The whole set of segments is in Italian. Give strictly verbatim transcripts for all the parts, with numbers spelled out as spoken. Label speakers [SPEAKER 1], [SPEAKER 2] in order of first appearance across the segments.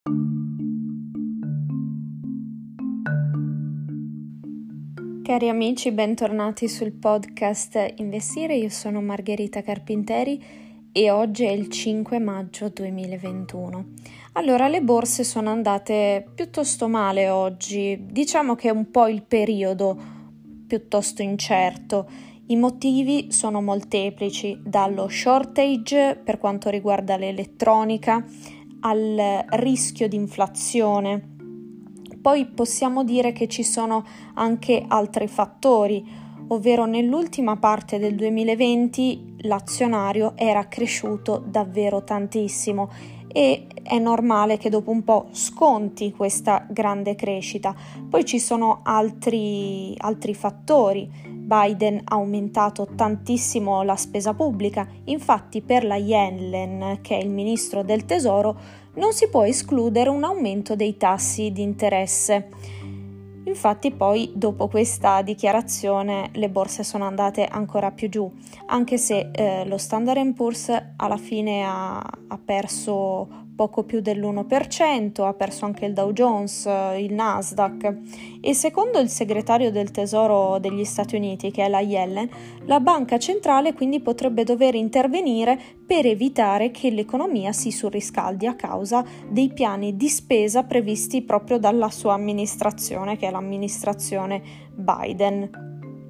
[SPEAKER 1] Cari amici, bentornati sul podcast Investire. Io sono Margherita Carpinteri e oggi è il cinque maggio duemilaventuno. Allora, le borse sono andate piuttosto male oggi. Diciamo che è un po' il periodo piuttosto incerto. I motivi sono molteplici, dallo shortage per quanto riguarda l'elettronica al rischio di inflazione. Poi possiamo dire che ci sono anche altri fattori, ovvero nell'ultima parte del duemilaventi l'azionario era cresciuto davvero tantissimo e è normale che dopo un po' sconti questa grande crescita. Poi ci sono altri, altri fattori. Biden ha aumentato tantissimo la spesa pubblica, infatti per la Yellen, che è il ministro del tesoro, non si può escludere un aumento dei tassi di interesse. Infatti poi dopo questa dichiarazione le borse sono andate ancora più giù, anche se eh, lo Standard and Poor's alla fine ha, ha perso poco più dell'uno per cento, ha perso anche il Dow Jones, il Nasdaq, e secondo il segretario del Tesoro degli Stati Uniti, che è la Yellen, la banca centrale quindi potrebbe dover intervenire per evitare che l'economia si surriscaldi a causa dei piani di spesa previsti proprio dalla sua amministrazione, che è l'amministrazione Biden.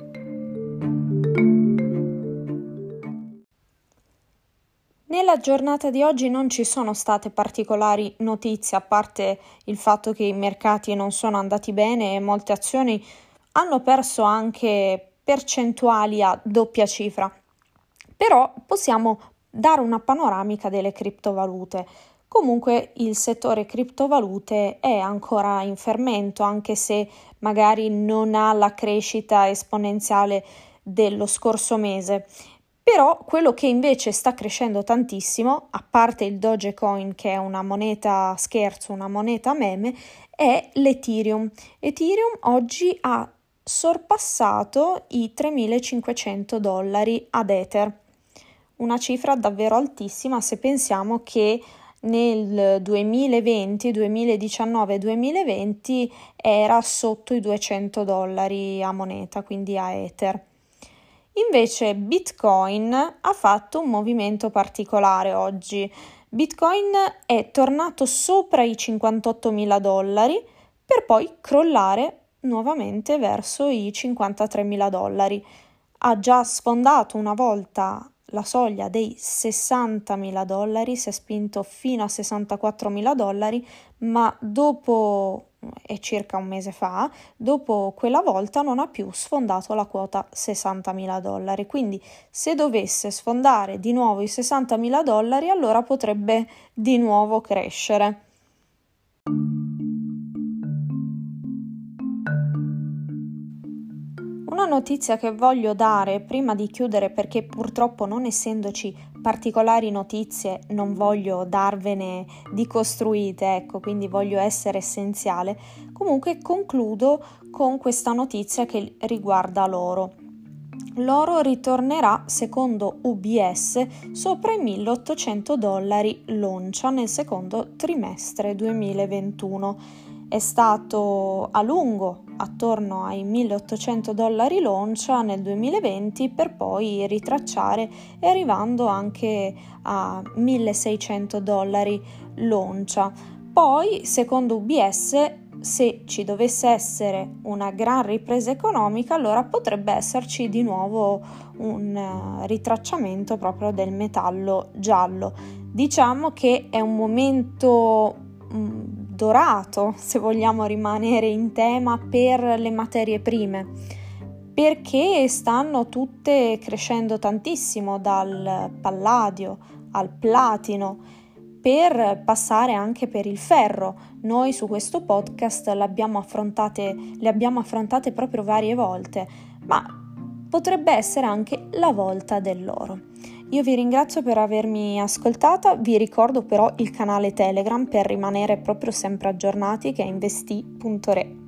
[SPEAKER 1] Nella giornata di oggi non ci sono state particolari notizie, a parte il fatto che i mercati non sono andati bene e molte azioni hanno perso anche percentuali a doppia cifra. Però possiamo dare una panoramica delle criptovalute. Comunque il settore criptovalute è ancora in fermento, anche se magari non ha la crescita esponenziale dello scorso mese. Però quello che invece sta crescendo tantissimo, a parte il Dogecoin che è una moneta scherzo, una moneta meme, è l'Ethereum. Ethereum oggi ha sorpassato i tremilacinquecento dollari ad Ether, una cifra davvero altissima se pensiamo che nel duemilaventi, duemiladiciannove, duemilaventi era sotto i duecento dollari a moneta, quindi a Ether. Invece Bitcoin ha fatto un movimento particolare oggi. Bitcoin è tornato sopra i cinquantottomila dollari per poi crollare nuovamente verso i cinquantatremila dollari. Ha già sfondato una volta la soglia dei sessantamila dollari, si è spinto fino a sessantaquattromila dollari, ma dopo, è circa un mese fa, dopo quella volta non ha più sfondato la quota sessantamila dollari. Quindi se dovesse sfondare di nuovo i sessantamila dollari, allora potrebbe di nuovo crescere. Una notizia che voglio dare prima di chiudere, perché purtroppo non essendoci particolari notizie non voglio darvene di costruite, ecco, quindi voglio essere essenziale. Comunque concludo con questa notizia che riguarda l'oro. L'oro ritornerà, secondo U B S, sopra i milleottocento dollari l'oncia nel secondo trimestre duemilaventuno. È stato a lungo attorno ai milleottocento dollari l'oncia nel duemilaventi per poi ritracciare e arrivando anche a milleseicento dollari l'oncia. Poi, secondo U B S, se ci dovesse essere una gran ripresa economica, allora potrebbe esserci di nuovo un uh, ritracciamento proprio del metallo giallo. Diciamo che è un momento mh, dorato, se vogliamo rimanere in tema, per le materie prime, perché stanno tutte crescendo tantissimo, dal palladio al platino, per passare anche per il ferro. Noi su questo podcast l'abbiamo affrontate, le abbiamo affrontate proprio varie volte, ma potrebbe essere anche la volta dell'oro. Io vi ringrazio per avermi ascoltata, vi ricordo però il canale Telegram per rimanere proprio sempre aggiornati, che è investi punto re.